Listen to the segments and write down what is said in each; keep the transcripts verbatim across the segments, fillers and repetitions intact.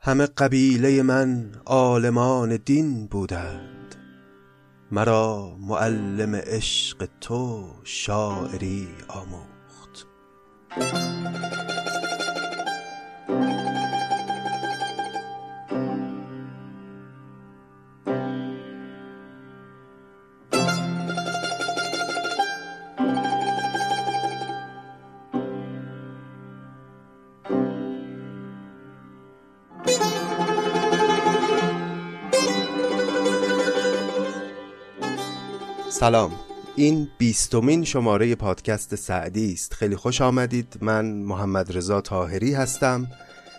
همه قبیله من عالمان دین بودند، مرا معلم عشق تو شاعری آموخت. سلام، این بیستمین شماره پادکست سعدی است. خیلی خوش آمدید. من محمد رضا طاهری هستم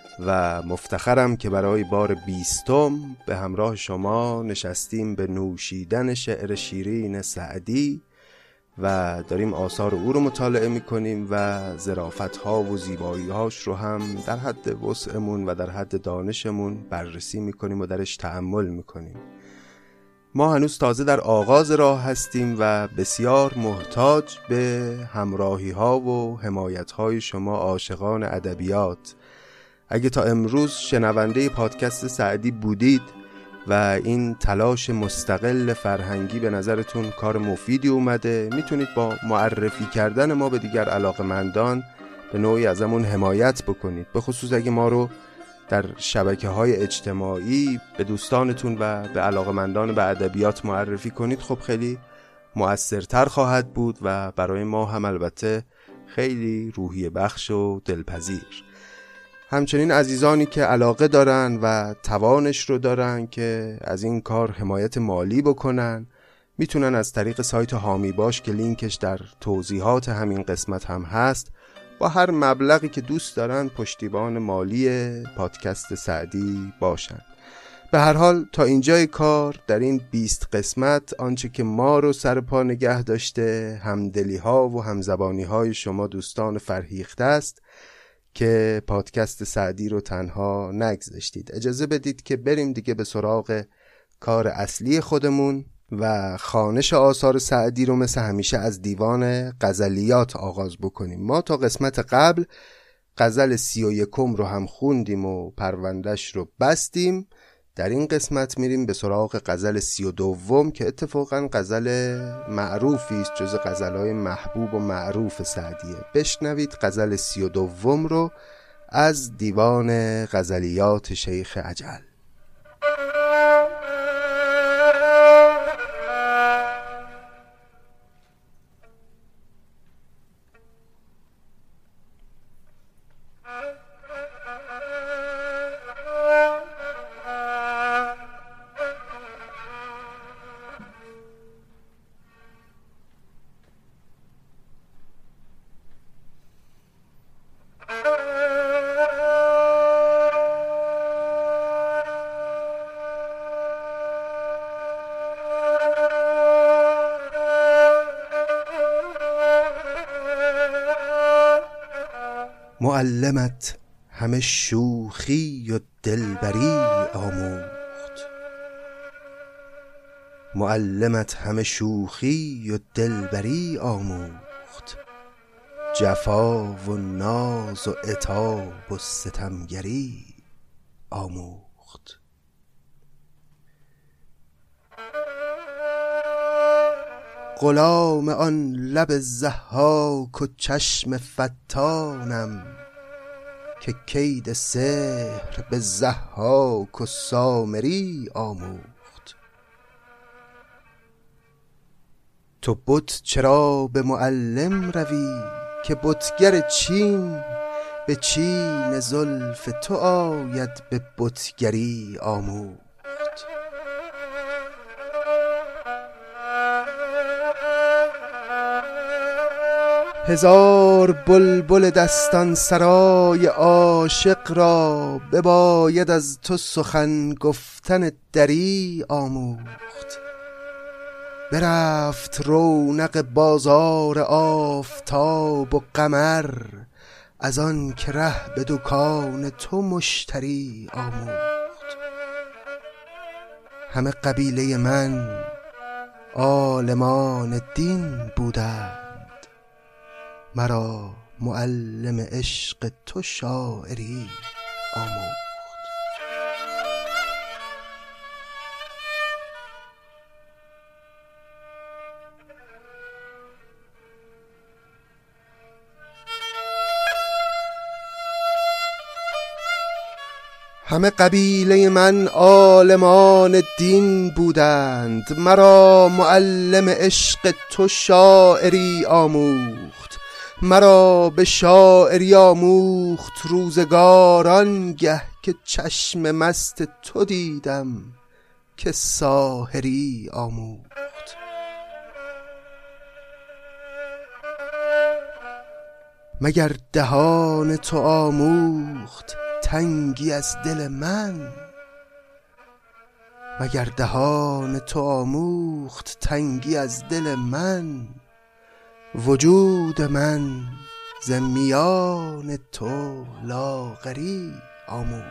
و مفتخرم که برای بار بیستم به همراه شما نشستیم به نوشیدن شعر شیرین سعدی و داریم آثار او رو مطالعه میکنیم و ظرافت‌ها و زیبایی‌هاش رو هم در حد وسعمون و در حد دانشمون بررسی میکنیم و درش تأمل میکنیم. ما هنوز تازه در آغاز راه هستیم و بسیار محتاج به همراهی ها و حمایت های شما عاشقان ادبیات. اگه تا امروز شنونده پادکست سعدی بودید و این تلاش مستقل فرهنگی به نظرتون کار مفیدی اومده، میتونید با معرفی کردن ما به دیگر علاقه‌مندان به نوعی ازمون حمایت بکنید، به خصوص اگه ما رو در شبکه‌های اجتماعی به دوستانتون و به علاقه‌مندان به ادبیات معرفی کنید. خب خیلی مؤثرتر خواهد بود و برای ما هم البته خیلی روحیه بخش و دلپذیر. همچنین عزیزانی که علاقه دارن و توانش رو دارن که از این کار حمایت مالی بکنن، میتونن از طریق سایت حامی باش که لینکش در توضیحات همین قسمت هم هست با هر مبلغی که دوست دارن پشتیبان مالی پادکست سعدی باشن. به هر حال تا اینجای کار در این بیست قسمت آنچه که ما رو سر پا نگه داشته همدلی ها و همزبانی های شما دوستان فرهیخته است که پادکست سعدی رو تنها نگذاشتید. اجازه بدید که بریم دیگه به سراغ کار اصلی خودمون و خوانش آثار سعدی رو مثل همیشه از دیوان غزلیات آغاز بکنیم. ما تا قسمت قبل غزل سی و یکم رو هم خوندیم و پروندهش رو بستیم. در این قسمت میریم به سراغ غزل سی و دوم که اتفاقا غزل معروفی است، جز غزلهای محبوب و معروف سعدیه. بشنوید غزل سی و دوم رو از دیوان غزلیات شیخ اجل. معلمت همه شوخی و دلبری آموخت، معلمت همه شوخی و دلبری آموخت، جفا و ناز و عتاب و ستمگری آموخت. غلام آن لب ضحاک و چشم فتانم که کید سحر به ضحاک و سامری آموخت. تو بت چرا به معلم روی که بتگر چین به چین زلف تو آید به بتگری آموخت. هزار بلبل دستان سرای عاشق را بباید از تو سخن گفتن دری آموخت. برفت رونق بازار آفتاب و قمر از آن که ره به دکان تو مشتری آموخت. همه قبیله من عالمان دین بودند، مرا معلم عشق تو شاعری آموخت. همه قبیله من عالمان دین بودند، مرا معلم عشق تو شاعری آموخت. مرا به شاعری آموخت روزگاران گه که چشم مست تو دیدم که ساحری آموخت. مگر دهان تو آموخت تنگی از دل من؟ مگر دهان تو آموخت تنگی از دل من؟ وجود من ز میان تو لاغری آموخت.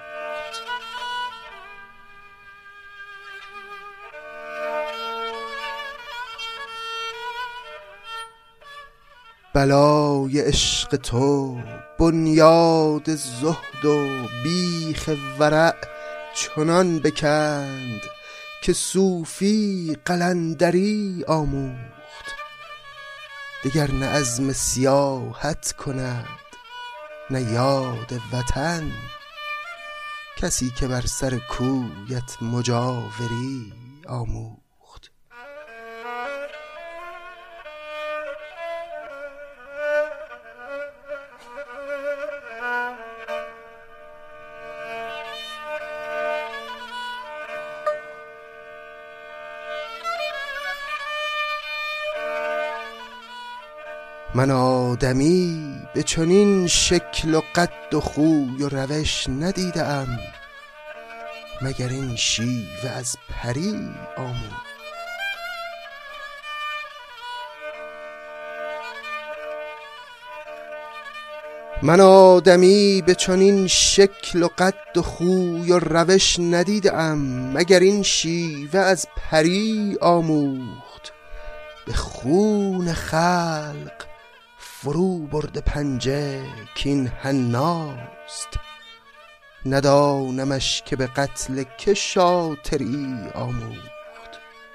بلای عشق تو بنیاد زهد و بیخ ورع چنان بکند که صوفی قلندری آموخت. دگر نه عزم سیاحت کند نه یاد وطن، کسی که بر سر کویت مجاوری آموخت. من آدمی به چنین شکل و قد و خوی و روش ندیدم، مگر این شیوه از پری آموخت. من آدمی به چنین شکل و قد و خوی و روش ندیدم، مگر این شیوه از پری آموخت. به خون خلق فرو برده پنجه کین حناست، ندانمش که به قتل که شاطری آموخت.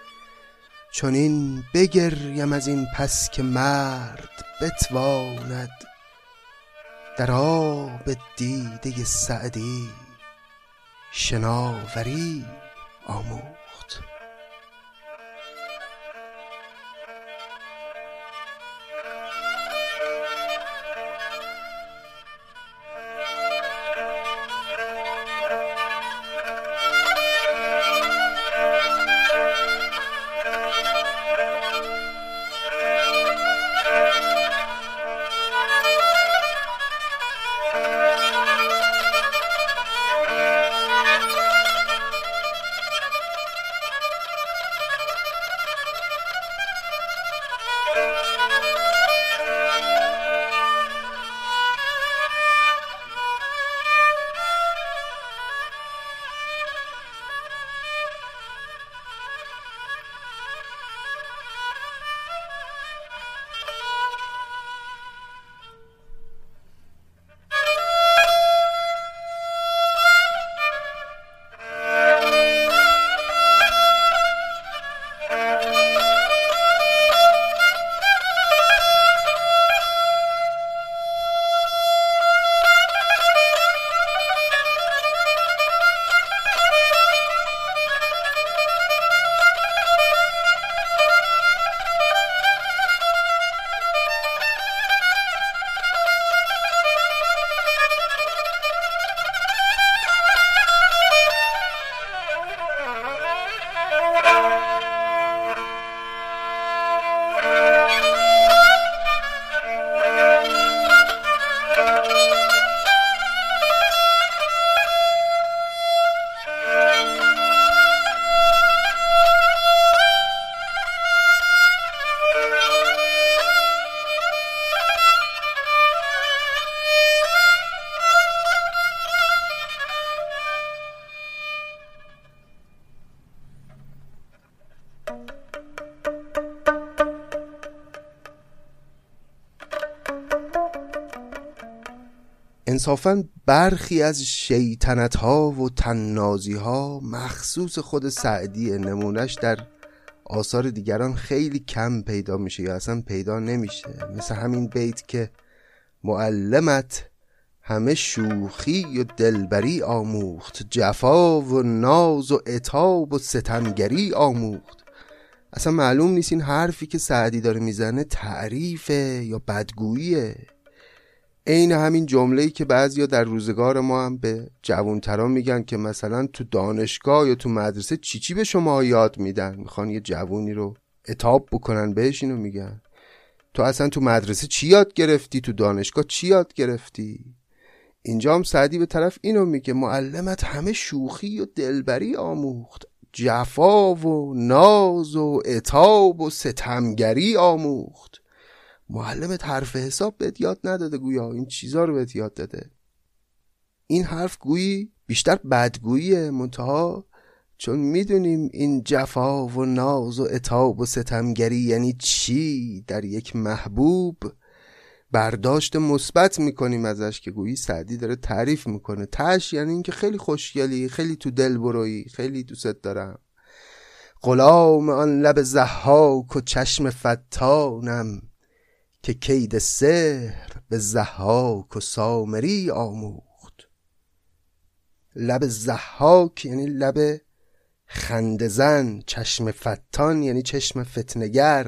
چنین بگریم از این پس که مرد بتواند در آب دیده سعدی شناوری آموخت. انصافاً برخی از شیطنت ها و طنازی ها مخصوص خود سعدی، نمونش در آثار دیگران خیلی کم پیدا میشه یا اصلا پیدا نمیشه. مثل همین بیت که معلمت همه شوخی و دلبری آموخت، جفا و ناز و عتاب و ستمگری آموخت. اصلا معلوم نیست این حرفی که سعدی داره میزنه تعریفه یا بدگوییه. عین همین جمله‌ای که بعضیا در روزگار ما هم به جوانتران میگن که مثلا تو دانشگاه یا تو مدرسه چی چی به شما یاد میدن، میخوان یه جوونی رو عتاب بکنن بهش اینو میگن تو اصلا تو مدرسه چی یاد گرفتی، تو دانشگاه چی یاد گرفتی. اینجا هم سعدی به طرف اینو میگه معلمت همه شوخی و دلبری آموخت، جفا و ناز و عتاب و ستمگری آموخت. معلمت حرف حساب بهت یاد نداده، گویا این چیزا رو بهت یاد داده. این حرف گویی بیشتر بدگوییه، منتها چون میدونیم این جفا و ناز و عتاب و ستمگری یعنی چی در یک محبوب، برداشت مثبت میکنیم ازش که گویی سعدی داره تعریف میکنه. تاش یعنی این که خیلی خوشگلی، خیلی تو دل بروی، خیلی دوست دارم. غلام آن لب ضحاک و چشم فتانم، که کید سحر به ضحاک و سامری آموخت. لب ضحاک یعنی لب خندزن، چشم فتان یعنی چشم فتنگر.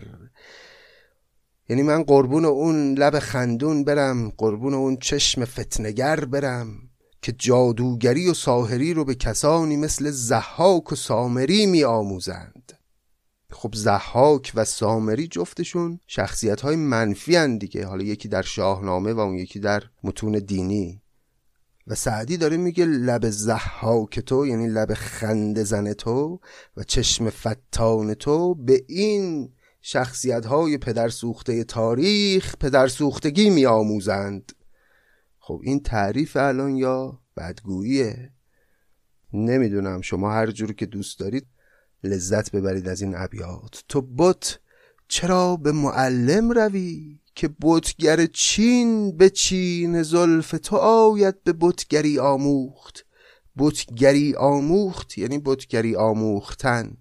یعنی من قربون اون لب خندون برم، قربون اون چشم فتنگر برم که جادوگری و ساحری رو به کسانی مثل ضحاک و سامری می آموزند. خب ضحاک و سامری جفتشون شخصیت‌های منفی هن دیگه، حالا یکی در شاهنامه و اون یکی در متون دینی. و سعدی داره میگه لب ضحاک تو یعنی لب خندزن تو و چشم فتان تو به این شخصیت‌های پدرسوخته تاریخ پدرسوختگی می آموزند. خب این تعریف الان یا بدگوییه؟ نمیدونم، شما هر جور که دوست دارید لذت ببرید از این ابیات. تو بت چرا به معلم روی، که بتگر چین به چین زلف تو آید به بتگری آموخت. بتگری آموخت یعنی بتگری آموختن.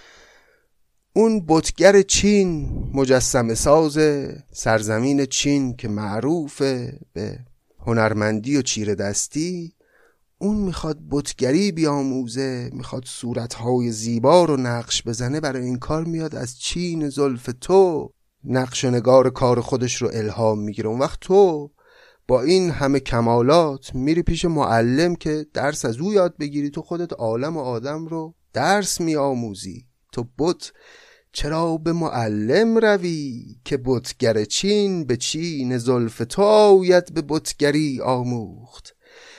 اون بتگر چین مجسمه ساز سرزمین چین که معروفه به هنرمندی و چیره دستی، اون میخواد بتگری بیاموزه، میخواد صورتهای زیبا رو نقش بزنه. برای این کار میاد از چین زلف تو نقش و نگار کار خودش رو الهام میگیره. اون وقت تو با این همه کمالات میری پیش معلم که درس از او یاد بگیری، تو خودت عالم و آدم رو درس میآموزی. تو بت چرا به معلم روی، که بتگر چین به چین زلف تو آید به بتگری آموخت.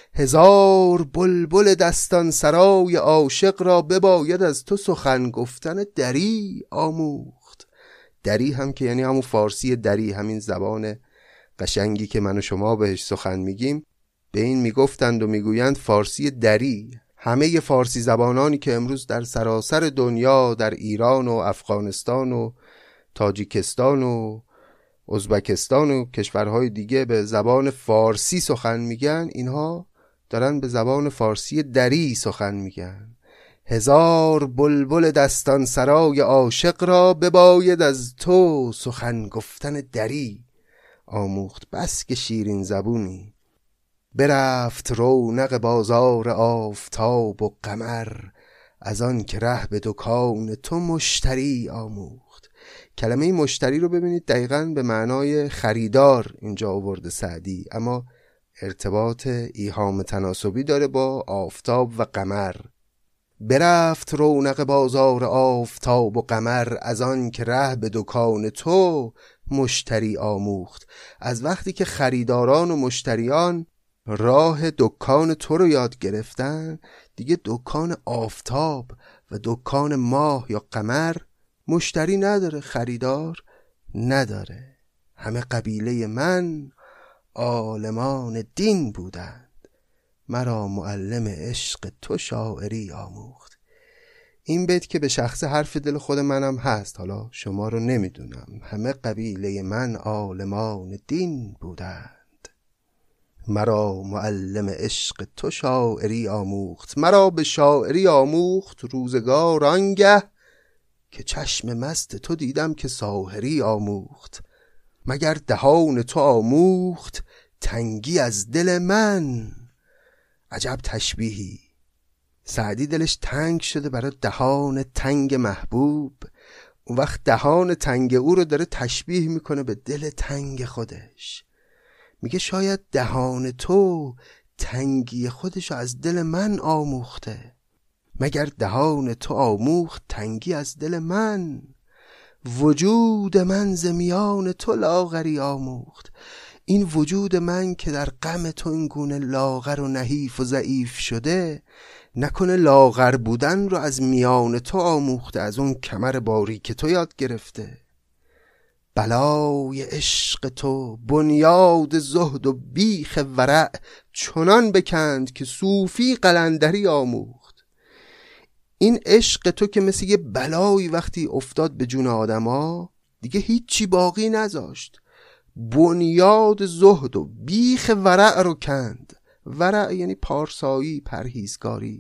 هزار بلبل دستان سرای عاشق را بباید از تو سخن گفتن دری آموخت. دری هم که یعنی همون فارسی دری، همین زبان قشنگی که من و شما بهش سخن میگیم، به این میگفتند و میگویند فارسی دری. همه فارسی زبانانی که امروز در سراسر دنیا، در ایران و افغانستان و تاجیکستان و ازبکستان و کشورهای دیگه به زبان فارسی سخن میگن، اینها دارن به زبان فارسی دری سخن میگن. هزار بلبل دستان سرای عاشق را بباید از تو سخن گفتن دری آموخت. بس که شیرین زبونی. برفت رونق بازار آفتاب و قمر، از آن که ره به دکان تو مشتری آموخت. کلمه مشتری رو ببینید دقیقاً به معنای خریدار اینجا آورده سعدی، اما ارتباط ایهام تناسبی داره با آفتاب و قمر. برفت رونق بازار آفتاب و قمر، از آن که ره به دکان تو مشتری آموخت. از وقتی که خریداران و مشتریان راه دکان تو رو یاد گرفتن، دیگه دکان آفتاب و دکان ماه یا قمر مشتری نداره، خریدار نداره. همه قبیله من عالمان دین بودند، مرا معلم عشق تو شاعری آموخت. این بیت که به شخص حرف دل خود منم هست، حالا شما رو نمیدونم. همه قبیله من عالمان دین بودند، مرا معلم عشق تو شاعری آموخت. مرا به شاعری آموخت روزگار آنگه، که چشم مست تو دیدم که ساحری آموخت. مگر دهان تو آموخت تنگی از دل من. عجب تشبیهی. سعدی دلش تنگ شده برای دهان تنگ محبوب، اون وقت دهان تنگ او رو داره تشبیه میکنه به دل تنگ خودش. میگه شاید دهان تو تنگی خودشو از دل من آموخته. مگر دهان تو آموخت تنگی از دل من؟ وجود من ز میان تو لاغری آموخت. این وجود من که در غم تو این گونه لاغر و نحیف و ضعیف شده، نکنه لاغر بودن رو از میان تو آموخته، از اون کمر باریک تو یاد گرفته. بلای عشق تو بنیاد زهد و بیخ ورع چنان بکند که صوفی قلندری آموخت. این عشق تو که مثل یه بلایی وقتی افتاد به جون آدما دیگه هیچی باقی نذاشت، بنیاد زهد و بیخ ورع رو کند. ورع یعنی پارسایی، پرهیزگاری.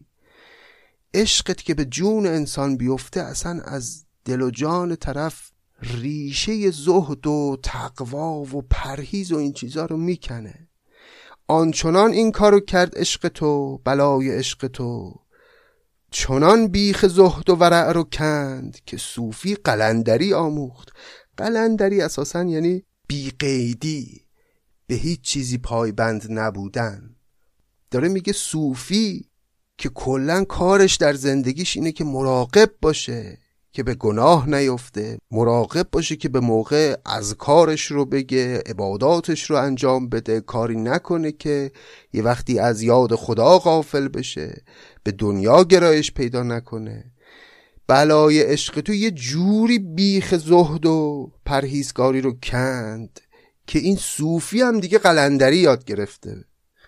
عشقت که به جون انسان بیفته اصلا از دل و جان طرف ریشه زهد و تقوا و پرهیز و این چیزا رو میکنه. آنچنان این کارو کرد عشق تو، بلای عشق تو چنان بیخ زهد و ورع رو کند که صوفی قلندری آموخت. قلندری اساسا یعنی بیقیدی، به هیچ چیزی پایبند نبودن. داره میگه صوفی که کلن کارش در زندگیش اینه که مراقب باشه که به گناه نیفته، مراقب باشه که به موقع اذکارش رو بگه، عباداتش رو انجام بده، کاری نکنه که یه وقتی از یاد خدا غافل بشه، به دنیا گرایش پیدا نکنه. بلای عشق تو یه جوری بیخ زهد و پرهیزگاری رو کند که این صوفی هم دیگه قلندری یاد گرفته.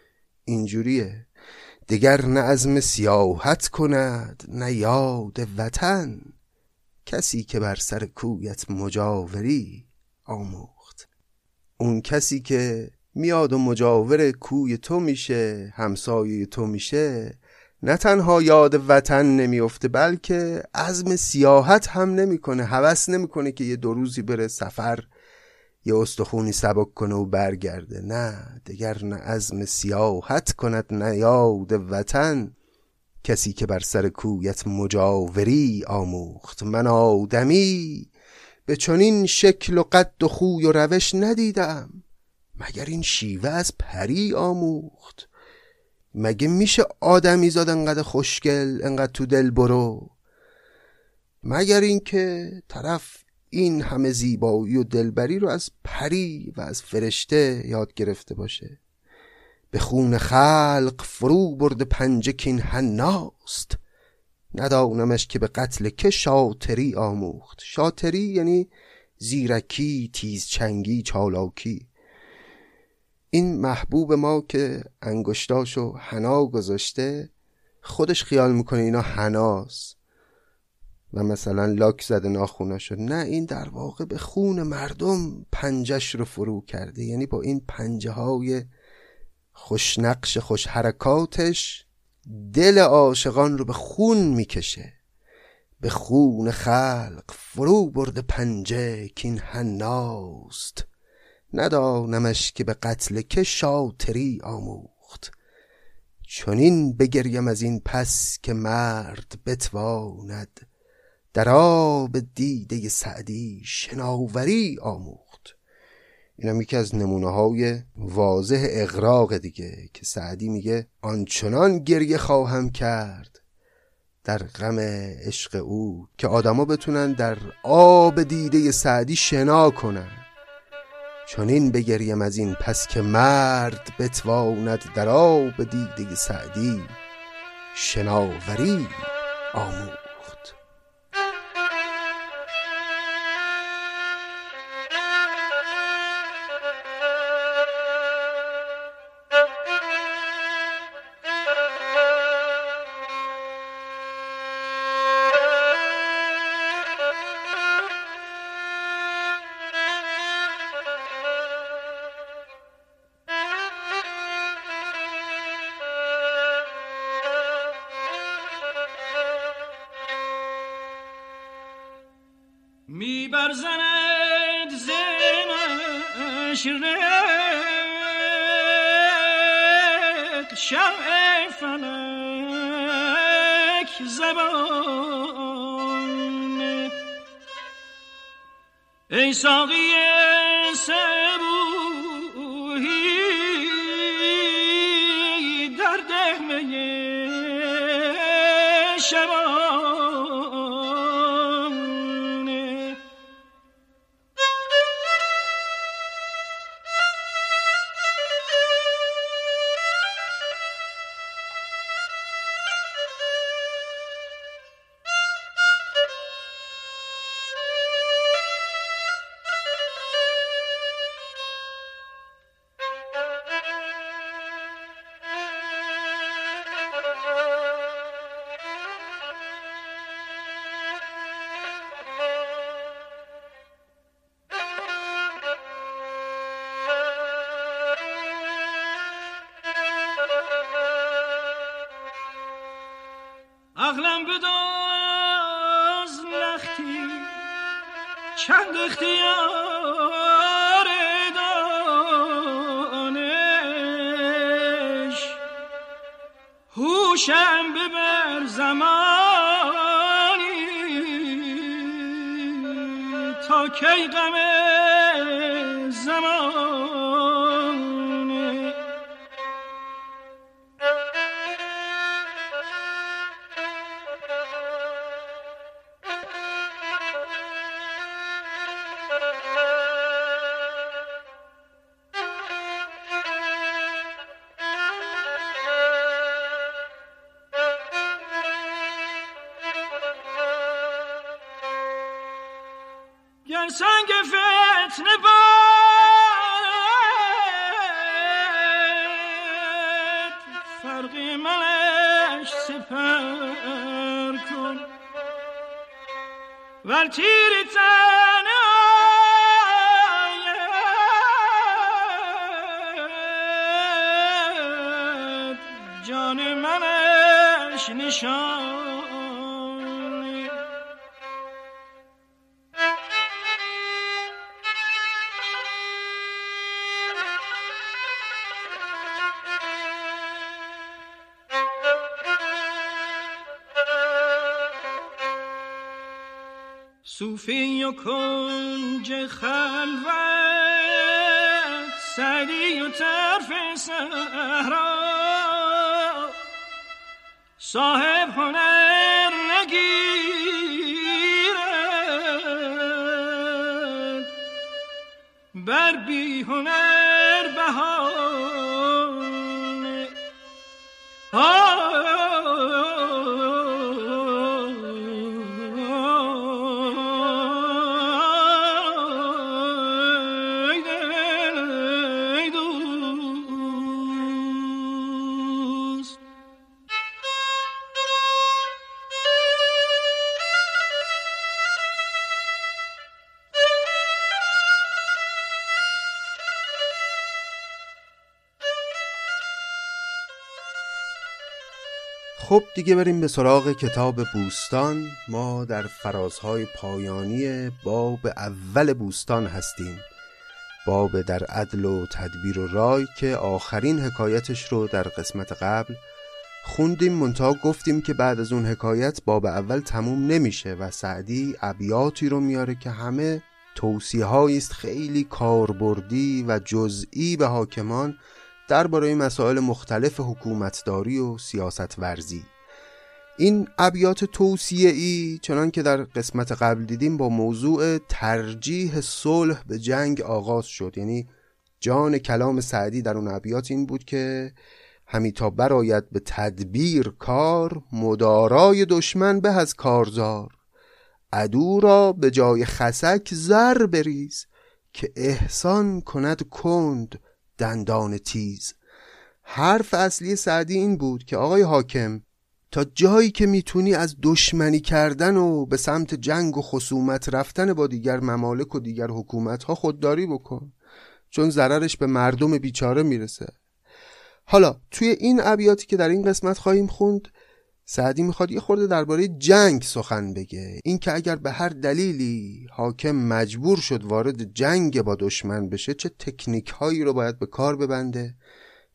اینجوریه دگر نه عزم سیاحت کند نه یاد وطن، کسی که بر سر کویت مجاوری آموخت. اون کسی که میاد و مجاور کوی تو میشه، همسایه تو میشه، نه تنها یاد وطن نمیفته بلکه عزم سیاحت هم نمیکنه، هوس نمیکنه که یه دو روزی بره سفر یه استخونی سبک کنه و برگرده. نه، دگر نه عزم سیاحت کند نه یاد وطن، کسی که بر سر کویت مجاوری آموخت. من آدمی به چنین شکل و قد و خوی و روش ندیدم، مگر این شیوه از پری آموخت. مگه میشه آدمی زاد انقدر خوشگل، انقدر تو دل برو؟ مگر این که طرف این همه زیبایی و دلبری رو از پری و از فرشته یاد گرفته باشه. به خون خلق فرو برد پنجه کین حناست، ندانمش که به قتل که شاطری آموخت. شاطری یعنی زیرکی، تیزچنگی، چالاکی. این محبوب ما که انگشتاشو حنا گذاشته، خودش خیال میکنه اینا حناست و مثلا لاک زده ناخوناشو. نه، این در واقع به خون مردم پنجش رو فرو کرده، یعنی با این پنجه های خوش نقش خوش حرکاتش دل عاشقان رو به خون میکشه. به خون خلق فرو برده پنجه کین حناست، ندانمش که به قتل که شاطری آموخت. چنین بگریم از این پس که مرد بتواند، در آب دیده سعدی شناوری آموخت. این هم یکی از نمونه های واضح اغراق دیگه که سعدی میگه آنچنان گریه خواهم کرد در غم عشق او که آدما بتونن در آب دیده سعدی شنا کنن. چنین بگریم از این پس که مرد بتواند، در آب دیده سعدی شناوری آموخت. می برزند زنش ره شمع فلک زبان، ای ساقی صبوحی در دهمه شبانه. عقلم بداز لختی چند اختیار دانش، هوشم ببر زمانی تا کی غم زمانه. گر سنگ فتنه باد فرقی منش سپر کن، ور تیر تن آید جان منش نشان. صوفی و کنج خلوت، سعدی و طرف صحرا، صاحب هنر نگیرد بر بی هنر بهانه. خب دیگه بریم به سراغ کتاب بوستان. ما در فرازهای پایانی باب اول بوستان هستیم، باب در عدل و تدبیر و رای که آخرین حکایتش رو در قسمت قبل خوندیم. منتها گفتیم که بعد از اون حکایت باب اول تموم نمیشه و سعدی ابیاتی رو میاره که همه توصیه هایی است خیلی کاربردی و جزئی به حاکمان درباره مسائل مختلف حکومتداری و سیاست ورزی. این ابیات توصیه‌ای چنان که در قسمت قبل دیدیم با موضوع ترجیح صلح به جنگ آغاز شد. یعنی جان کلام سعدی در اون ابیات این بود که همی تا براید به تدبیر کار، مدارای دشمن به از کارزار. عدو را به جای خسک زر بریز، که احسان کند کند دندان تیز. حرف اصلی سعدی این بود که آقای حاکم تا جایی که میتونی از دشمنی کردن و به سمت جنگ و خصومت رفتن با دیگر ممالک و دیگر حکومت ها خودداری بکن، چون ضررش به مردم بیچاره میرسه. حالا توی این ابیاتی که در این قسمت خواهیم خوند، سعدی میخواد یه خورده درباره جنگ سخن بگه. این که اگر به هر دلیلی حاکم مجبور شد وارد جنگ با دشمن بشه، چه تکنیک هایی رو باید به کار ببنده،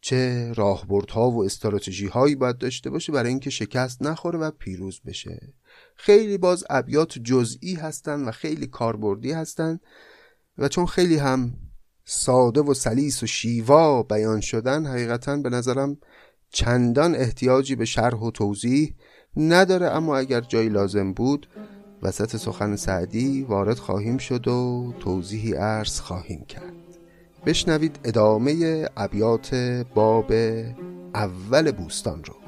چه راهبردها و استراتژی هایی باید داشته باشه برای اینکه شکست نخوره و پیروز بشه. خیلی باز ابیات جزئی هستن و خیلی کاربردی هستن و چون خیلی هم ساده و سلیس و شیوا بیان شدن، حقیقتاً به نظرم چندان احتیاجی به شرح و توضیح نداره، اما اگر جایی لازم بود وسط سخن سعدی وارد خواهیم شد و توضیحی عرض خواهیم کرد. بشنوید ادامه ابیات باب اول بوستان رو.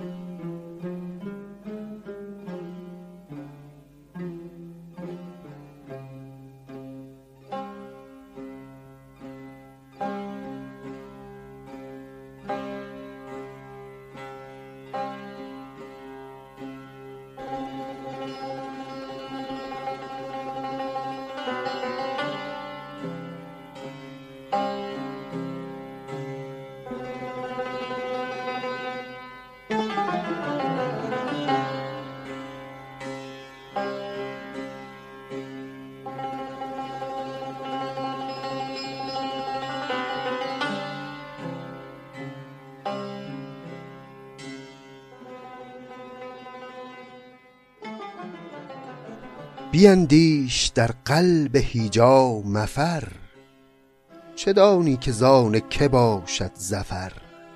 بیندیش در قلب هیجا مفر، چه دانی که زان که باشد ظفر.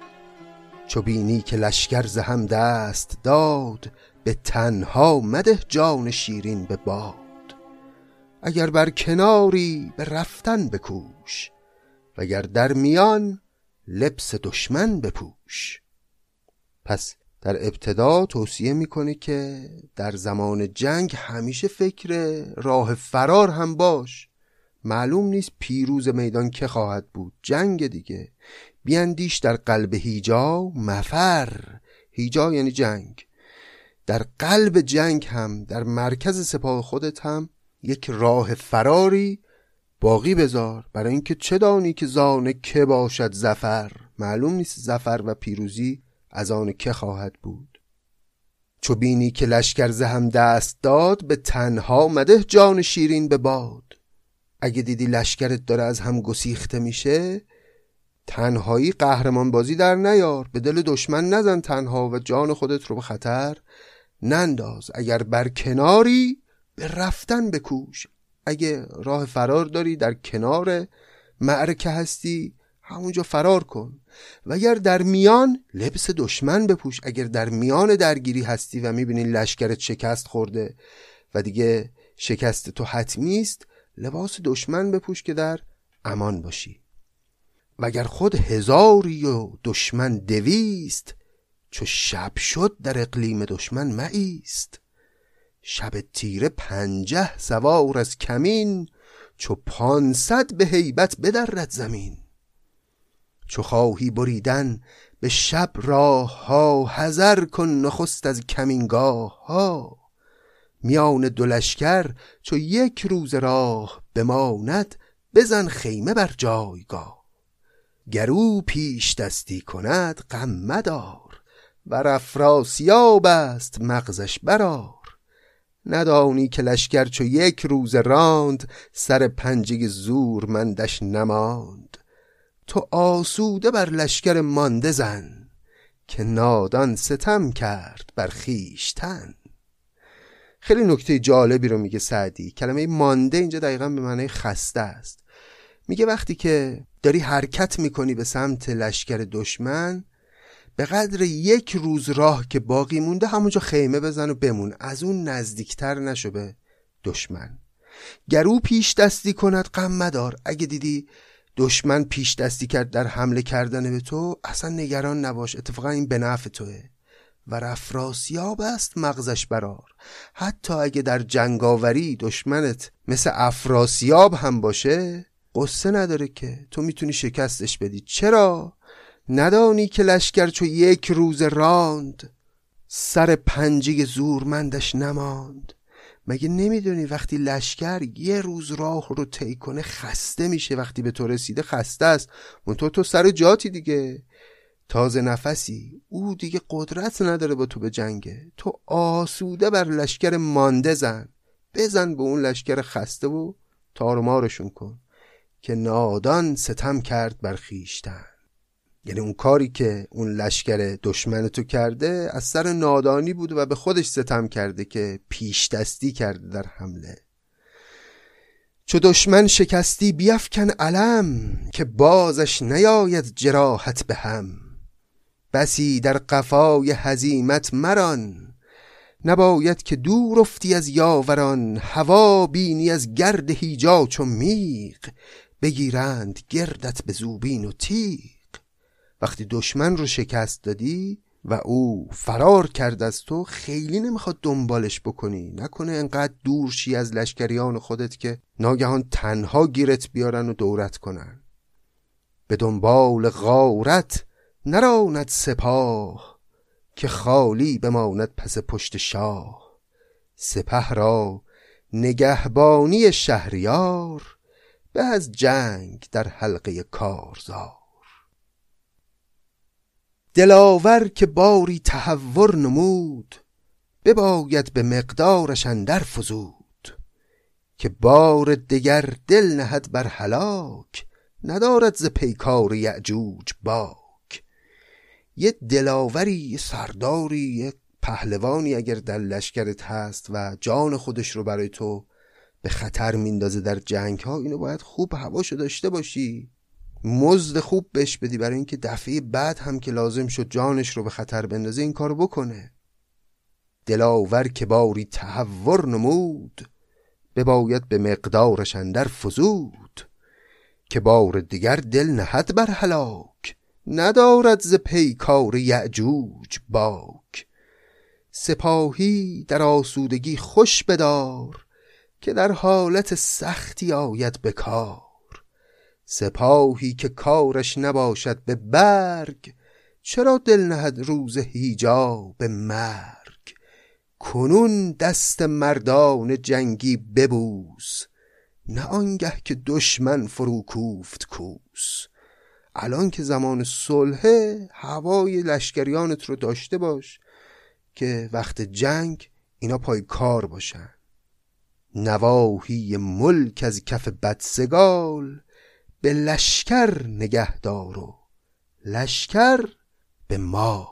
چو بینی که لشکر ز هم دست داد، به تنها مده جان شیرین به باد. اگر بر کناری به رفتن بکوش، وگر در میان لبس دشمن بپوش. پس در ابتدا توصیه میکنه که در زمان جنگ همیشه فکر راه فرار هم باش. معلوم نیست پیروز میدان که خواهد بود، جنگ دیگه. بیندیش در قلب هیجا مفر، هیجا یعنی جنگ. در قلب جنگ هم، در مرکز سپاه خودت هم یک راه فراری باقی بذار، برای اینکه چه دانی که زان که باشد ظفر. معلوم نیست ظفر و پیروزی از آن که خواهد بود. چو بینی که لشکر ز هم دست داد، به تنها مده جان شیرین به باد. اگه دیدی لشکرت داره از هم گسیخته میشه، تنهایی قهرمان بازی در نیار، به دل دشمن نزن تنها و جان خودت رو به خطر ننداز. اگر بر کناری به رفتن بکوش، اگه راه فرار داری در کنار معرکه هستی همونجا فرار کن. و اگر در میان لبس دشمن بپوش، اگر در میان درگیری هستی و میبینی لشکرت شکست خورده و دیگه شکست تو حتمی است، لباس دشمن بپوش که در امان باشی. و اگر خود هزاری و دشمن دویست، چو شب شد در اقلیم دشمن مایست. شب تیره پنجه سوار از کمین، چو پانصد به هیبت بدرد زمین. چو خواهی بریدن به شب راه ها، حذر کن نخست از کمینگاه ها. میان دو لشکر چو یک روز راه بماند، بزن خیمه بر جایگاه. گرو پیش دستی کند غم مدار، ور افراسیاب است مغزش برار. ندانی که لشکر چو یک روز راند، سر پنجه زورمندش نماند. تو آسوده بر لشکر مانده زن، که نادان ستم کرد بر خویشتن. خیلی نکته جالبی رو میگه سعدی. کلمه مانده اینجا دقیقاً به معنی خسته است. میگه وقتی که داری حرکت میکنی به سمت لشکر دشمن، به قدر یک روز راه که باقی مونده همونجا خیمه بزن و بمون، از اون نزدیکتر نشو به دشمن. گرو پیش دستی کند غم مدار، اگه دیدی دشمن پیش دستی کرد در حمله کردن به تو، اصلا نگران نباش، اتفاقا این به نفع توه. و افراسیاب است مغزش برار. حتی اگه در جنگاوری دشمنت مثل افراسیاب هم باشه، قصه نداره که تو میتونی شکستش بدی. چرا؟ ندانی که لشکر چو یک روز راند، سر پنجه زورمندش نماند. مگه نمیدونی وقتی لشکر یه روز راه رو طی کنه خسته میشه، وقتی به تو رسیده خسته است، منتها تو سر جاتی دیگه، تازه نفسی، او دیگه قدرت نداره با تو به جنگه. تو آسوده بر لشکر مانده زن، بزن به اون لشکر خسته و تارمارشون کن، که نادان ستم کرد بر خویشتن. یعنی اون کاری که اون لشکر دشمن تو کرده از سر نادانی بود و به خودش ستم کرده که پیش دستی کرده در حمله. چو دشمن شکستی بیفکن علم، که بازش نیاید جراحت به هم. بسی در قفای هزیمت مران، نباید که دور افتی از یاوران. هوا بینی از گرد هیجا چو میغ، بگیرند گردت به زوبین و تیغ. وقتی دشمن رو شکست دادی و او فرار کرد از تو، خیلی نمیخواد دنبالش بکنی، نکنه انقدر دور شی از لشکریان خودت که ناگهان تنها گیرت بیارن و دورت کنن. به دنبال غارت نراند سپاه، که خالی بماند پس پشت شاه. سپه را نگهبانی شهریار، به از جنگ در حلقه کارزار. دلاور که باری تهور نمود، بباید به مقدارش اندر فزود. که بار دگر دل نهد بر هلاک، ندارد ز پیکار یأجوج باک. یه دلاوری، یه سرداری، یه پهلوانی اگر در لشکرت هست و جان خودش رو برای تو به خطر میندازه در جنگ ها، اینو باید خوب هواشو داشته باشی، مزد خوب بهش بدی، برای اینکه دفعه بعد هم که لازم شد جانش رو به خطر بندازه این کارو بکنه. دلاور که باری تهور نمود، بباید به مقدارش اندر فزود. که بار دیگر دل نهد بر هلاک، ندارد ز پیکار یأجوج باک. سپاهی در آسودگی خوش بدار، که در حالت سختی آید به کار. سپاهی که کارش نباشد به برگ، چرا دل نهد روز هیجا به مرگ. کنون دست مردان جنگی ببوس، نه آنگه که دشمن فرو کوفت کوس. الان که زمان صلحه، هوای لشکریانت رو داشته باش که وقت جنگ اینا پای کار باشن. نواحی ملک از کف بدسگال، به لشکر نگهدار و لشکر به مال.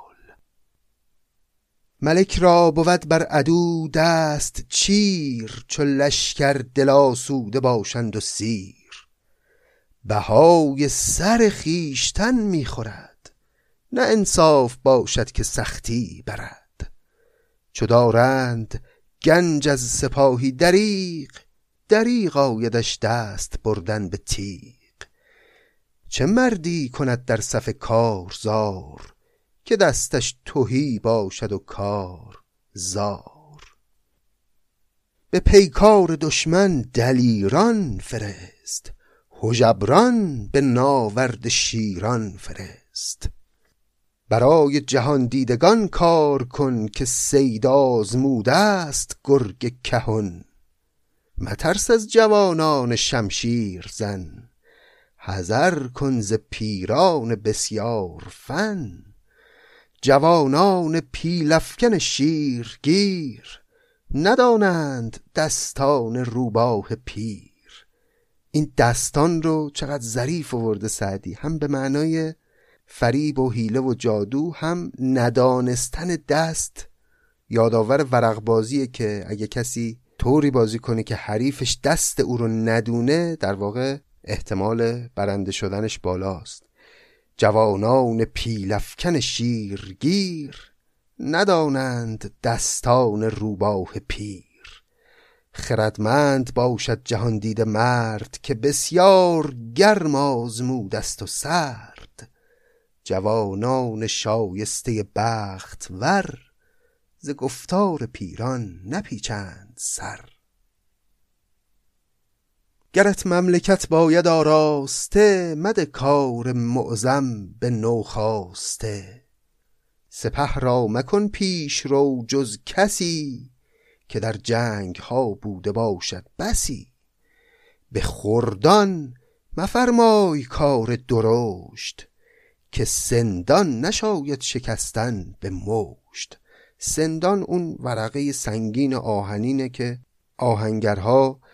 ملک را بود بر عدو دست چیر، چو لشکر دل آسوده باشند و سیر. بهای سر خیشتن میخورد، نه انصاف باشد که سختی برد. چو دارند گنج از سپاهی دریغ، دریغ آیدش دست بردن به تیغ. چه مردی کند در صف کارزار، که دستش تهی باشد و کار زار. به پیکار دشمن دلیران فرست، هژبران به ناورد شیران فرست. برای جهان دیدگان کار کن، که صید آزموده است گرگ کهن. مترس از جوانان شمشیر زن، حذر کن ز پیران بسیار فن. جوانان پیل افکن شیرگیر، ندانند دستان روباه پیر. این دستان رو چقدر ظریف آورده سعدی، هم به معنای فریب و حیله و جادو، هم ندانستن دست. یادآور ورق بازیه که اگه کسی طوری بازی کنه که حریفش دست او رو ندونه، در واقع احتمال برنده شدنش بالاست. جوانان پیل افکن شیرگیر، ندانند دستان روباه پیر. خردمند باشد جهان دیده مرد، که بسیار گرم آزمود است و سرد. جوانان شایسته بخت ور، ز گفتار پیران نپیچند سر. گرت مملکت باید آراسته، مده کار معظم به نوخاسته. سپه را مکن پیش رو جز کسی، که در جنگ ها بوده باشد بسی. به خردان مفرمای کار درشت، که سندان نشاید شکستن به مشت. سندان اون ورقه سنگین آهنینه که آهنگرها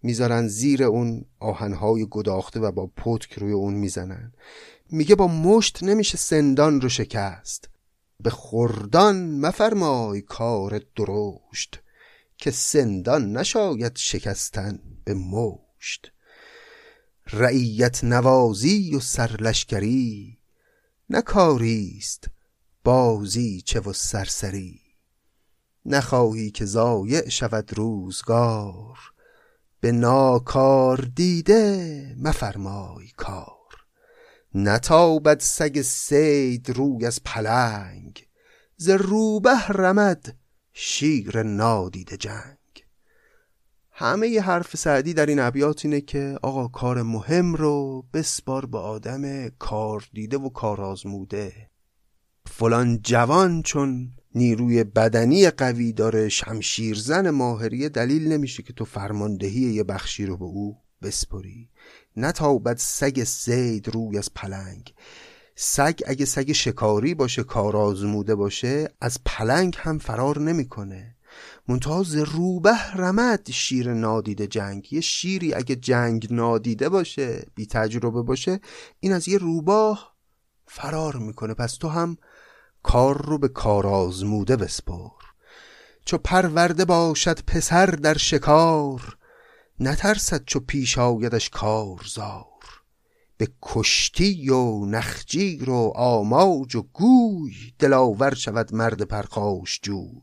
میذارن زیر اون آهنهای گداخته و با پتک روی اون میزنن. میگه با مشت نمیشه سندان رو شکست، به خردان مفرمای کار درشت، که سندان نشاید شکستن به مشت. رعیت نوازی و سرلشکری، نکاریست بازی چه و سرسری. نخواهی که ضایع شود روزگار، به ناکار دیده مفرمای کار. نتابد سگ صید روی از پلنگ، ز روبه رمد شیر نادیده جنگ. همه ی حرف سعدی در این ابیات اینه که آقا کار مهم رو بسپار به آدم کار دیده و کار آزموده. فلان جوان چون نیروی بدنی قوی داره، شمشیرزن ماهریه، دلیل نمیشه که تو فرماندهی یه بخشی رو به او بسپاری. نتابد سگ صید روی از پلنگ. سگ اگه سگ شکاری باشه، کار آزموده باشه، از پلنگ هم فرار نمیکنه. منتها ز روبه رمد شیر نادیده جنگ. یه شیری اگه جنگ نادیده باشه، بی تجربه باشه، این از یه روباه فرار میکنه. پس تو هم کار رو به کار آزموده بسپار. چو پرورده باشد پسر در شکار، نترسد چو پیش آیدش کارزار. به کشتی و نخجیر و آماج و گوی، دلاور شود مرد پرخاش جوی.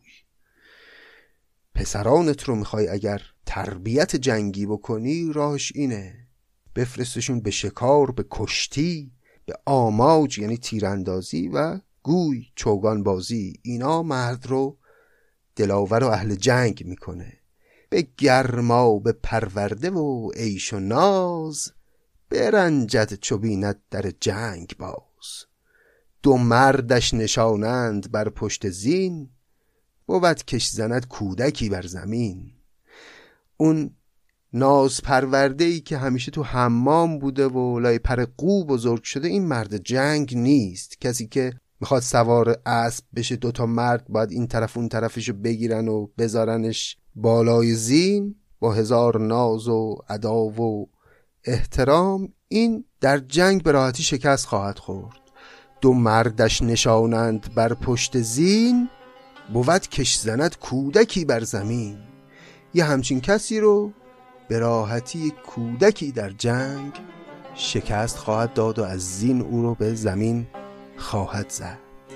پسرانت رو میخوای اگر تربیت جنگی بکنی، راهش اینه بفرستشون به شکار، به کشتی، به آماج یعنی تیراندازی و گوی چوگان بازی. اینا مرد رو دلاور و اهل جنگ میکنه. به گرما به پرورده و عیش و ناز، برنجد چو بیند در جنگ باز. دو مردش نشانند بر پشت زین، بود کش زند کودکی بر زمین. اون ناز پرورده ای که همیشه تو حمام بوده و لای پر قو بزرگ شده، این مرد جنگ نیست. کسی که میخواد سوار اسب بشه، دوتا مرد باید این طرف اون طرفشو بگیرن و بذارنش بالای زین با هزار ناز و ادا و احترام. این در جنگ به راحتی شکست خواهد خورد. دو مردش نشانند بر پشت زین، بود کش زند کودکی بر زمین. یه همچین کسی رو به راحتی کودکی در جنگ شکست خواهد داد و از زین او رو به زمین خواهد زد.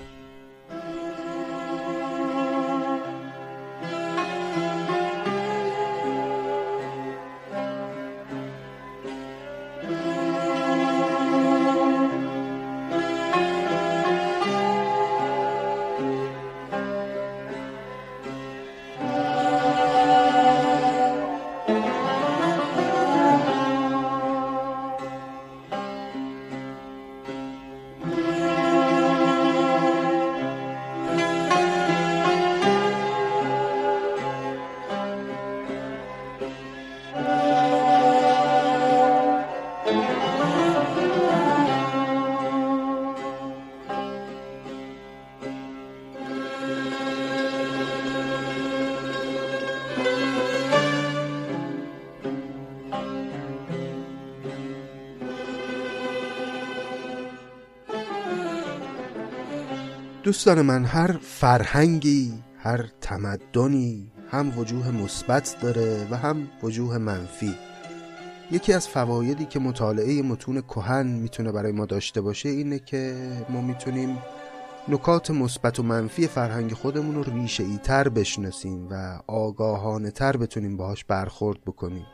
دوستان من، هر فرهنگی، هر تمدنی هم وجوه مثبت داره و هم وجوه منفی. یکی از فوایدی که مطالعه متون کهن میتونه برای ما داشته باشه اینه که ما میتونیم نکات مثبت و منفی فرهنگ خودمون رو ریشه‌ای تر بشناسیم و آگاهانه تر بتونیم باهاش برخورد بکنیم.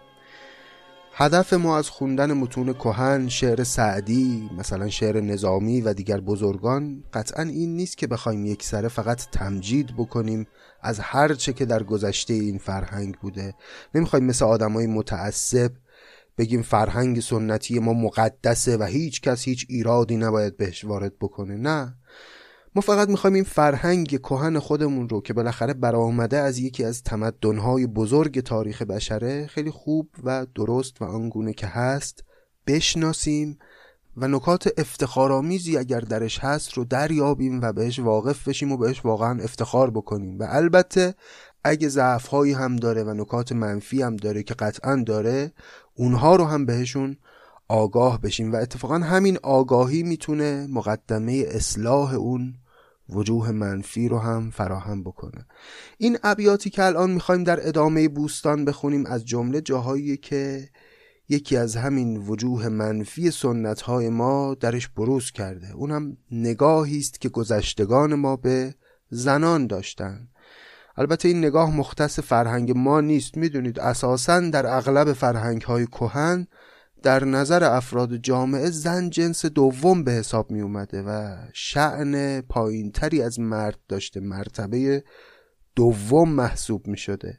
هدف ما از خوندن متون کهن، شعر سعدی، مثلا شعر نظامی و دیگر بزرگان، قطعا این نیست که بخوایم یک سره فقط تمجید بکنیم از هر چه که در گذشته این فرهنگ بوده. نمیخوایم مثل آدمای متعصب بگیم فرهنگ سنتی ما مقدسه و هیچ کس هیچ ایرادی نباید بهش وارد بکنه. نه، ما فقط میخوایم این فرهنگ کهن خودمون رو که بالاخره برآمده از یکی از تمدن‌های بزرگ تاریخ بشره، خیلی خوب و درست و آنگونه که هست بشناسیم و نکات افتخارآمیزی اگر درش هست رو دریابیم و بهش واقف بشیم و بهش واقعا افتخار بکنیم. و البته اگه ضعف‌هایی هم داره و نکات منفی هم داره که قطعاً داره، اونها رو هم بهشون آگاه بشیم و اتفاقاً همین آگاهی میتونه مقدمه اصلاح اون وجوه منفی رو هم فراهم بکنه. این ابیاتی که الان میخوایم در ادامه بوستان بخونیم از جمله جاهایی که یکی از همین وجوه منفی سنت‌های ما درش بروز کرده. اونم نگاهی است که گذشتگان ما به زنان داشتن. البته این نگاه مختص فرهنگ ما نیست. میدونید اساساً در اغلب فرهنگ‌های کهن در نظر افراد جامعه زن جنس دوم به حساب می اومده و شأن پایینتری از مرد داشته، مرتبه دوم محسوب می شده.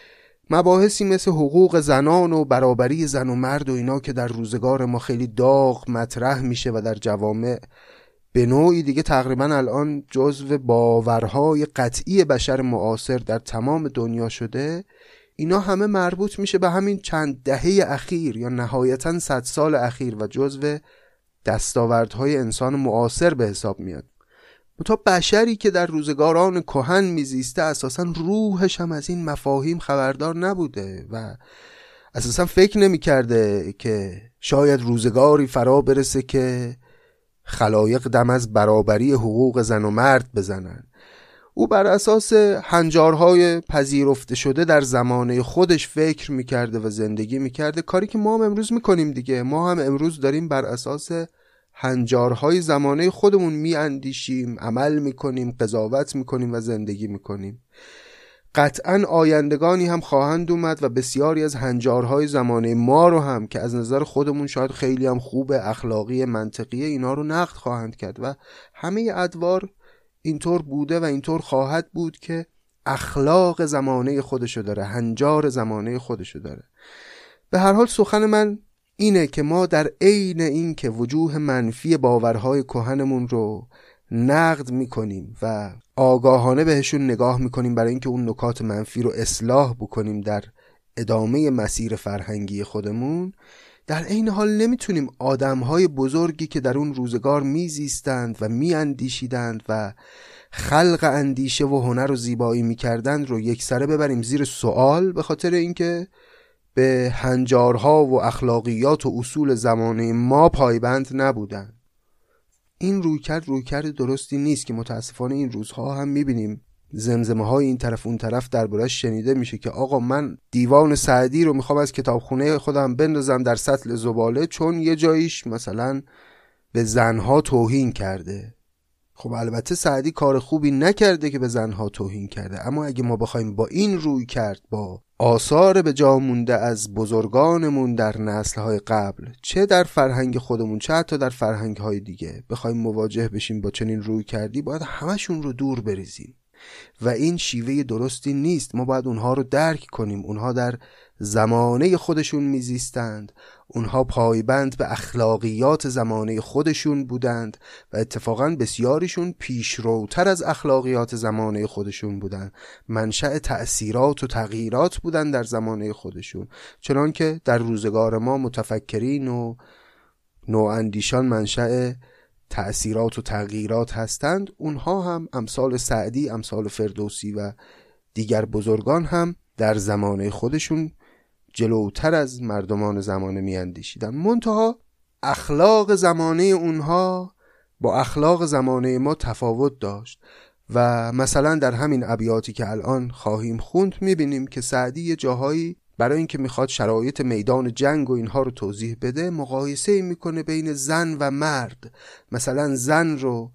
مباحثی مثل حقوق زنان و برابری زن و مرد و اینا که در روزگار ما خیلی داغ مطرح میشه و در جوامع به نوعی دیگه تقریبا الان جزو باورهای قطعی بشر معاصر در تمام دنیا شده، اینا همه مربوط میشه به همین چند دهه اخیر یا نهایتاً صد سال اخیر و جزو دستاوردهای انسان معاصر به حساب میاد. تا بشری که در روزگاران کهن میزیسته اساساً روحش هم از این مفاهیم خبردار نبوده و اساساً فکر نمیکرده که شاید روزگاری فرا برسه که خلایق دم از برابری حقوق زن و مرد بزنن. او بر اساس هنجارهای پذیرفته شده در زمانه خودش فکر میکرده و زندگی میکرده، کاری که ما هم امروز میکنیم دیگه. ما هم امروز داریم بر اساس هنجارهای زمانه خودمون میاندیشیم، عمل میکنیم، قضاوت میکنیم و زندگی میکنیم. قطعاً آیندگانی هم خواهند اومد و بسیاری از هنجارهای زمانه ما رو هم که از نظر خودمون شاید خیلی هم خوب، اخلاقی، منطقی، اینا رو نقد خواهند کرد و همه ادوار اینطور بوده و اینطور خواهد بود که اخلاق زمانه خودشو داره، هنجار زمانه خودشو داره. به هر حال سخن من اینه که ما در عین این که وجوه منفی باورهای کهنمون رو نقد میکنیم و آگاهانه بهشون نگاه میکنیم برای اینکه اون نکات منفی رو اصلاح بکنیم در ادامه مسیر فرهنگی خودمون، در این حال نمیتونیم آدمهای بزرگی که در اون روزگار میزیستند و میاندیشیدند و خلق اندیشه و هنر و زیبایی میکردند رو یک سره ببریم زیر سوال به خاطر اینکه به هنجارها و اخلاقیات و اصول زمانه ما پایبند نبودند. این رویکرد رویکرد درستی نیست که متاسفانه این روزها هم میبینیم زمزمه های این طرف اون طرف دربارش شنیده میشه که آقا من دیوان سعدی رو میخوام از کتابخونه خودم بندازم در سطل زباله چون یه جاییش مثلا به زنها توهین کرده. خب البته سعدی کار خوبی نکرده که به زنها توهین کرده، اما اگه ما بخوایم با این روی کرد، با آثار به جا مونده از بزرگانمون در نسل‌های قبل، چه در فرهنگ خودمون چه حتی در فرهنگ‌های دیگه، بخوایم مواجه بشیم با چنین روی کردی، باید همشون رو دور بریزیم و این شیوه درستی نیست. ما باید اونها رو درک کنیم. اونها در زمانه خودشون میزیستند، اونها پایبند به اخلاقیات زمانه خودشون بودند و اتفاقاً بسیاریشون پیشروتر از اخلاقیات زمانه خودشون بودند، منشأ تأثیرات و تغییرات بودند در زمانه خودشون، چنانکه در روزگار ما متفکرین و نواندیشان منشأ تأثیرات و تغییرات هستند. اونها هم امثال سعدی، امثال فردوسی و دیگر بزرگان هم در زمانه خودشون جلوتر از مردمان زمانه می اندیشیدن. منتها اخلاق زمانه اونها با اخلاق زمانه ما تفاوت داشت و مثلا در همین ابیاتی که الان خواهیم خوند می بینیم که سعدی یه جاهایی برای اینکه میخواد شرایط میدان جنگ و اینها رو توضیح بده مقایسه میکنه بین زن و مرد. مثلا زن رو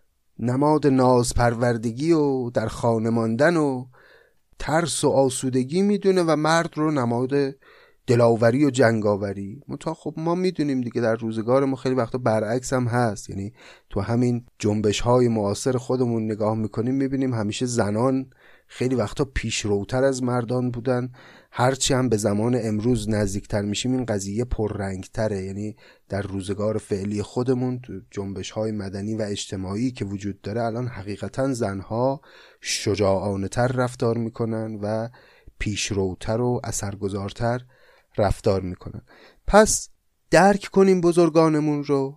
نماد نازپروردگی و در خانه ماندن و ترس و آسودگی میدونه و مرد رو نماد دلاوری و جنگاوری. منتها خب ما میدونیم دیگه در روزگار ما خیلی وقتا برعکس هم هست. یعنی تو همین جنبش های معاصر خودمون نگاه میکنیم میبینیم همیشه زنان خیلی وقتا پیشروتر از مردان بودن. هرچی هم به زمان امروز نزدیکتر میشیم این قضیه پررنگتره. یعنی در روزگار فعلی خودمون تو جنبش های مدنی و اجتماعی که وجود داره الان حقیقتا زنها شجاعانه‌تر رفتار میکنن و پیشروتر و اثرگذارتر رفتار میکنن. پس درک کنیم بزرگانمون رو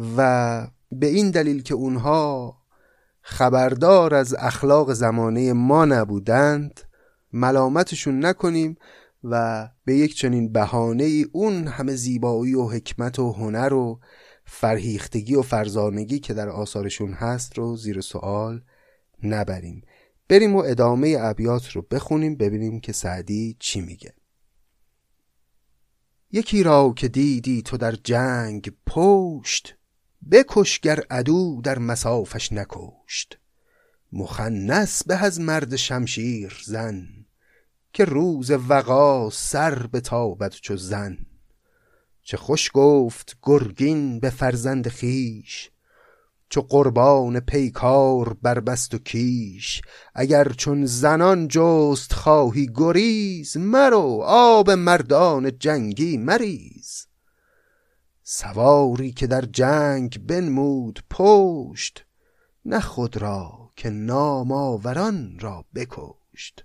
و به این دلیل که اونها خبردار از اخلاق زمانه ما نبودند ملامتشون نکنیم و به یک چنین بهانه‌ای اون همه زیبایی و حکمت و هنر و فرهیختگی و فرزانگی که در آثارشون هست رو زیر سوال نبریم. بریم و ادامه ابیات رو بخونیم ببینیم که سعدی چی میگه. یکی را که دیدی تو در جنگ پشت، بکش گر عدو در مصافش نکشت. مخنث به از مرد شمشیر زن، که روز وغا سر بتابد چو زن. چه خوش گفت گرگین به فرزند خیش، چو قربان پیکار بربست و کیش. اگر چون زنان جست خواهی گریز، مرو آب مردان جنگی مریز. سواری که در جنگ بنمود پشت، نه خود را که نام آوران را بکشت.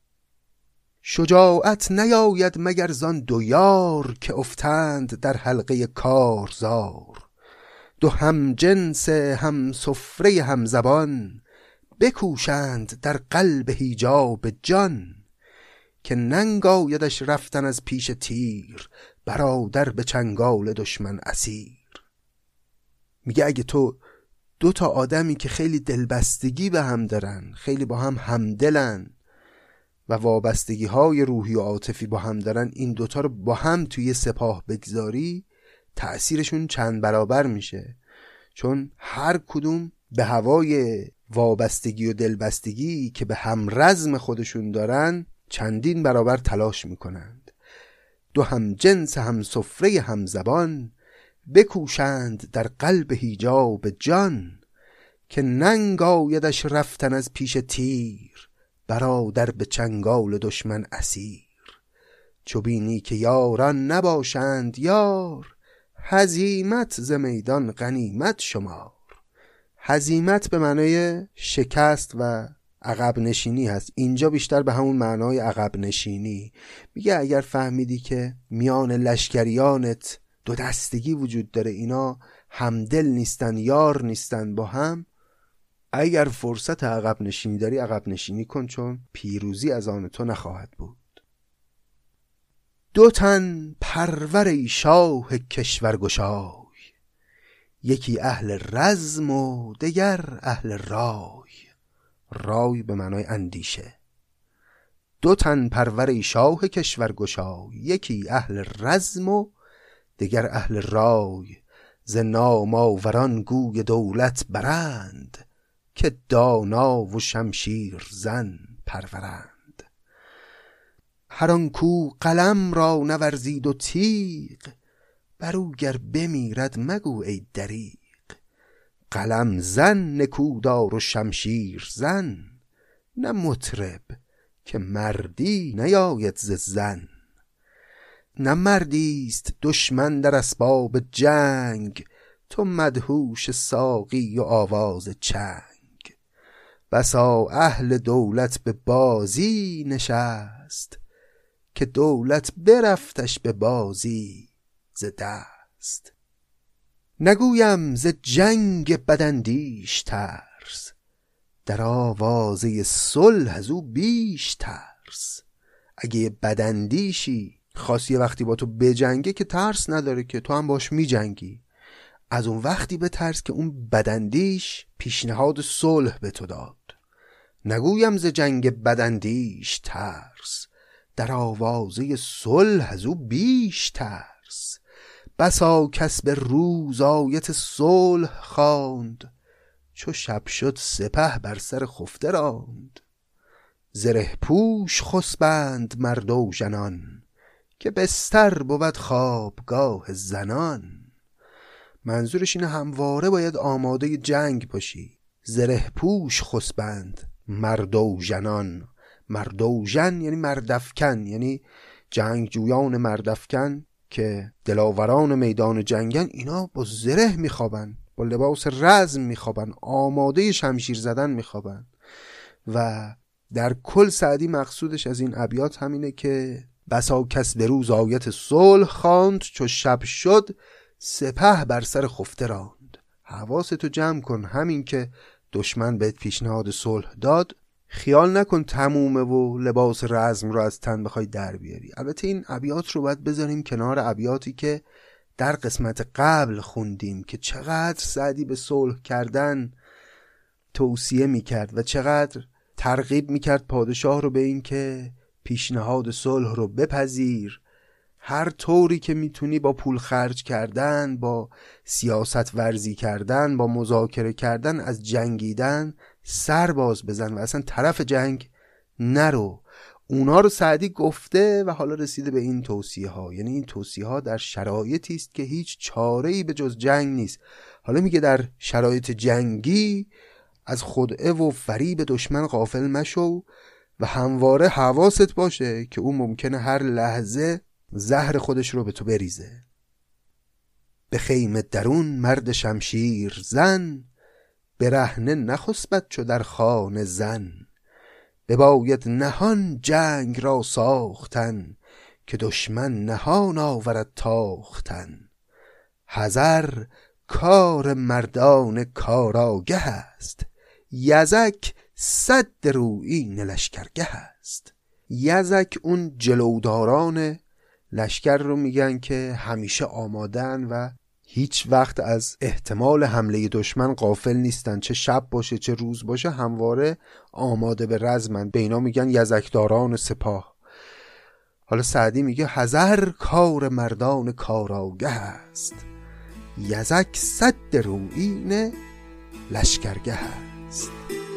شجاعت نیاید مگر زان دو یار، که افتند در حلقه کارزار. دو هم جنس هم سفره هم زبان، بکوشند در قلب حجاب جان. که ننگ آیدش رفتن از پیش تیر، برادر به چنگال دشمن اسیر. میگه اگه تو دو تا آدمی که خیلی دلبستگی به هم دارن، خیلی با هم همدلن و وابستگی های روحی و عاطفی با هم دارن، این دوتا رو با هم توی سپاه بگذاری، تأثیرشون چند برابر میشه. چون هر کدوم به هوای وابستگی و دلبستگی که به هم رزم خودشون دارن چندین برابر تلاش میکنند. دو هم جنس هم سفره هم زبان، بکوشند در قلب حجاب جان. که ننگ آیدش رفتن از پیش تیر، برادر به چنگال دشمن اسیر. چو بینی که یاران نباشند یار، هزیمت ز میدان غنیمت شمار. هزیمت به معنای شکست و عقب نشینی هست، اینجا بیشتر به همون معنای عقب نشینی. میگه اگر فهمیدی که میان لشکریانت دو دستگی وجود داره، اینا همدل نیستن، یار نیستن با هم، اگر فرصت عقب نشینی داری عقب نشینی کن، چون پیروزی از آن تو نخواهد بود. دو تن پرور ای شاه کشورگشای، یکی اهل رزم و دگر اهل رای. رای به معنای اندیشه. دو تن پرور ای شاه کشورگشای، یکی اهل رزم و دگر اهل رای. ز نام آوران گوی دولت برند، که دانا و شمشیر زن پرورند. هر آن کو قلم را نورزید و تیغ، برو گر بمیرد مگو ای دریغ. قلم زن نکودار و شمشیر زن، نه مطرب که مردی نیاید ز زن. نه مردیست دشمن در اسباب جنگ، تو مدهوش ساقی و آواز چنگ. بسا اهل دولت به بازی نشست، که دولت برفتش به بازی ز دست. نگویم ز جنگ بداندیش ترس، در آوازه صلح از او بیش ترس. اگه بداندیشی خاصی یه وقتی با تو بجنگه که ترس نداره، که تو هم باش میجنگی. از اون وقتی به ترس که اون بداندیش پیشنهاد صلح به تو داد. نگویم ز جنگ بداندیش ترس، در آوازه صلح از او بیش ترس. بسا کس به روز آیت صلح خواند، چو شب شد سپه بر سر خفته راند. زره پوش خسبند مرد و ژنان، که بستر بود خوابگاه زنان. منظورش اینه همواره باید آماده جنگ باشی. زره پوش خسبند مرد و ژنان. مرد و ژن یعنی مردافکن، یعنی جنگجویان مردافکن که دلاوران میدان جنگن. اینا با زره میخوابن، با لباس رزم میخوابن، آماده شمشیر زدن میخوابن. و در کل سعدی مقصودش از این ابیات همینه که بسا کس به روز آیت صلح خواند، چو شب شد سپه بر سر خفته راند. حواستو جمع کن، همین که دشمن بهت پیشنهاد صلح داد خیال نکن تمومه و لباس رزم رو از تن بخوای در بیاری. البته این ابیات رو باید بذاریم کنار ابیاتی که در قسمت قبل خوندیم که چقدر سعدی به صلح کردن توصیه میکرد و چقدر ترغیب میکرد پادشاه رو به این که پیشنهاد صلح رو بپذیر، هر طوری که میتونی با پول خرج کردن، با سیاست ورزی کردن، با مذاکره کردن از جنگیدن سر باز بزن و اصلا طرف جنگ نرو. اونا رو سعدی گفته و حالا رسیده به این توصیه ها. یعنی این توصیه ها در شرایطی است که هیچ چاره‌ای به جز جنگ نیست. حالا میگه در شرایط جنگی از خدعه و فریب دشمن غافل مشو و همواره حواست باشه که اون ممکنه هر لحظه زهر خودش رو به تو بریزه. به خیمه درون مرد شمشیر زن، به رهنه نخسبد چو در خانه زن. بباید نهان جنگ را ساختن، که دشمن نهان آورد تاختن. حذر کار مردان کاراگه است، یزک صد رویین لشکرگه است. یزک اون جلوداران لشکر رو میگن که همیشه آمادن و هیچ وقت از احتمال حمله دشمن غافل نیستن، چه شب باشه چه روز باشه همواره آماده به رزمن. به اینا میگن یزکداران سپاه. حالا سعدی میگه حذر کار مردان کاراگه است، یزک صد رویین لشکرگه است.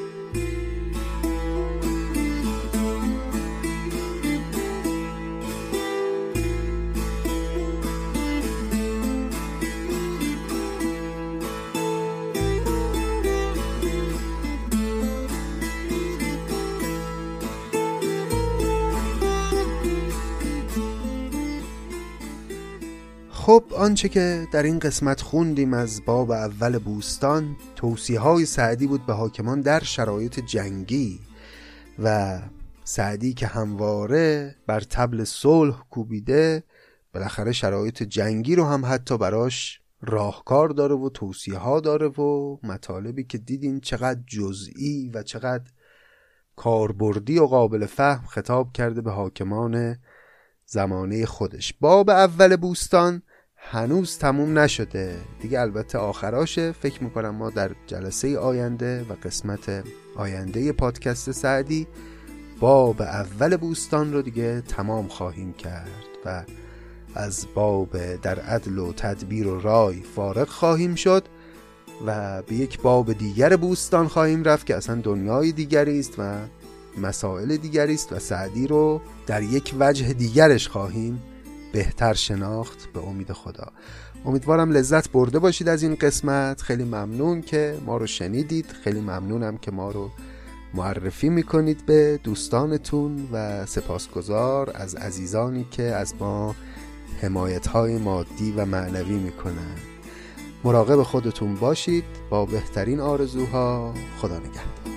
خب آنچه که در این قسمت خوندیم از باب اول بوستان توصیه های سعدی بود به حاکمان در شرایط جنگی و سعدی که همواره بر طبل صلح کوبیده بالاخره شرایط جنگی رو هم حتی براش راهکار داره و توصیه ها داره و مطالبی که دیدین چقدر جزئی و چقدر کاربردی و قابل فهم خطاب کرده به حاکمان زمانه خودش. باب اول بوستان هنوز تموم نشده دیگه، البته آخراشه. فکر میکنم ما در جلسه آینده و قسمت آینده پادکست سعدی باب اول بوستان رو دیگه تمام خواهیم کرد و از باب در عدل و تدبیر و رای فارغ خواهیم شد و به یک باب دیگر بوستان خواهیم رفت که اصلا دنیای دیگری است و مسائل دیگری است و سعدی رو در یک وجه دیگرش خواهیم بهتر شناخت به امید خدا. امیدوارم لذت برده باشید از این قسمت. خیلی ممنون که ما رو شنیدید، خیلی ممنونم که ما رو معرفی میکنید به دوستانتون و سپاسگزار از عزیزانی که از ما حمایت‌های مادی و معنوی میکنن. مراقب خودتون باشید. با بهترین آرزوها، خدا نگهدار.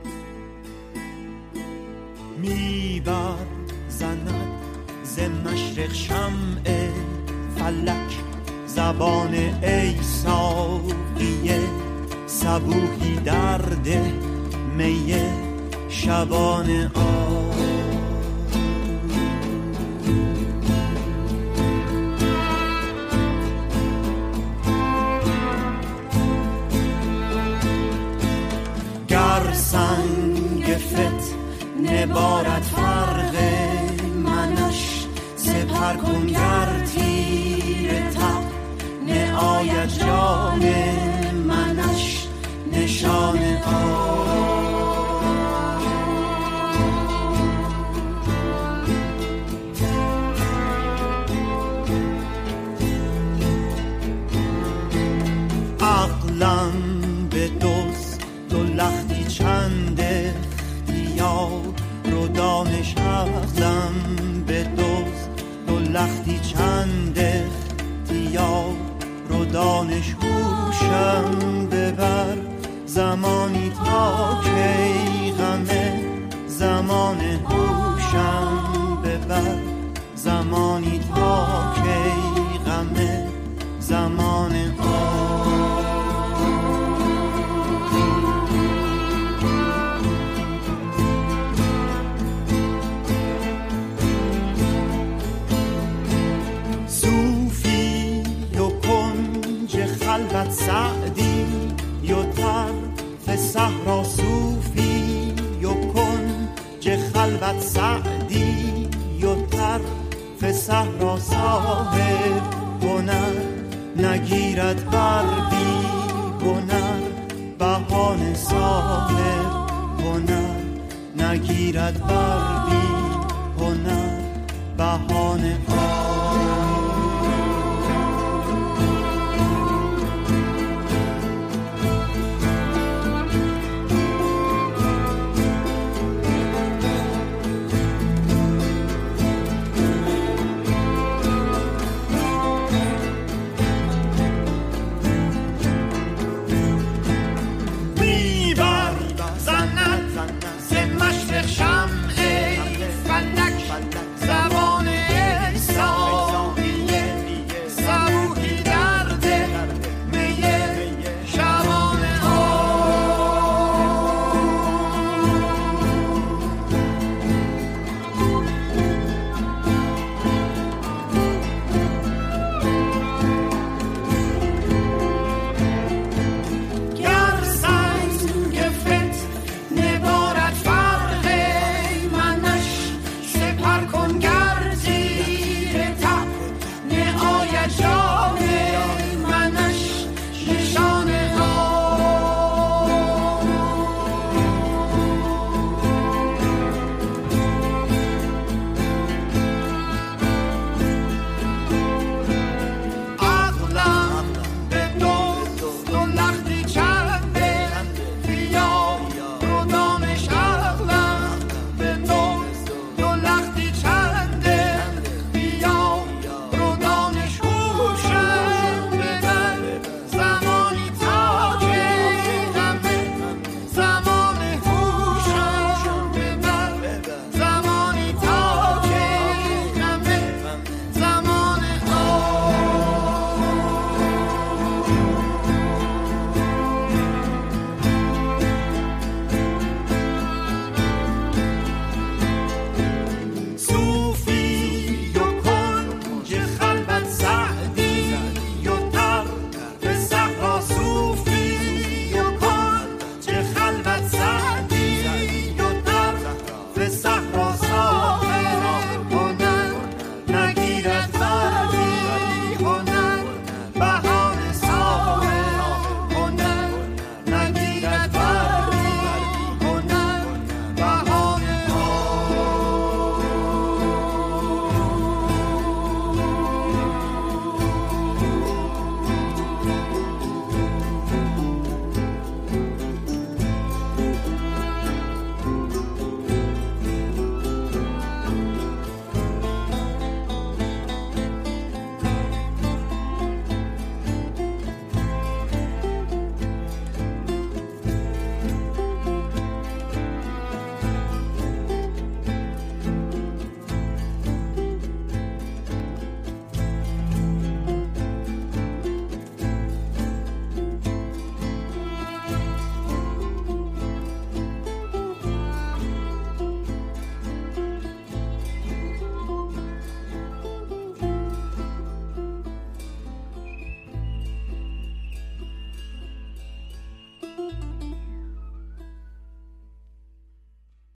میبر زند ز مشرق شمع فلک، زبان ای ساقیه صبوحی درده می شبان آ. گر سنگ فت نبارد فرق منش، سپر کن گر تیر تب نآید جان منش نشان آن. عقلم به دوست دو لختی چند اختیار رو دانش، عقلم به دوست دو لختی چند اختیار رو دانش، هوشم ببر زمانی تا کی غمه زمان، هوشم ببر زمانی تا کی غمه زمان آن. صحرا صوفی و کن چه خلوت سعدی و طرف صحرا صاحب هنر نگیرد بر بی هنر بهانه صاحب هنر نگیرد بر بی هنر بهانه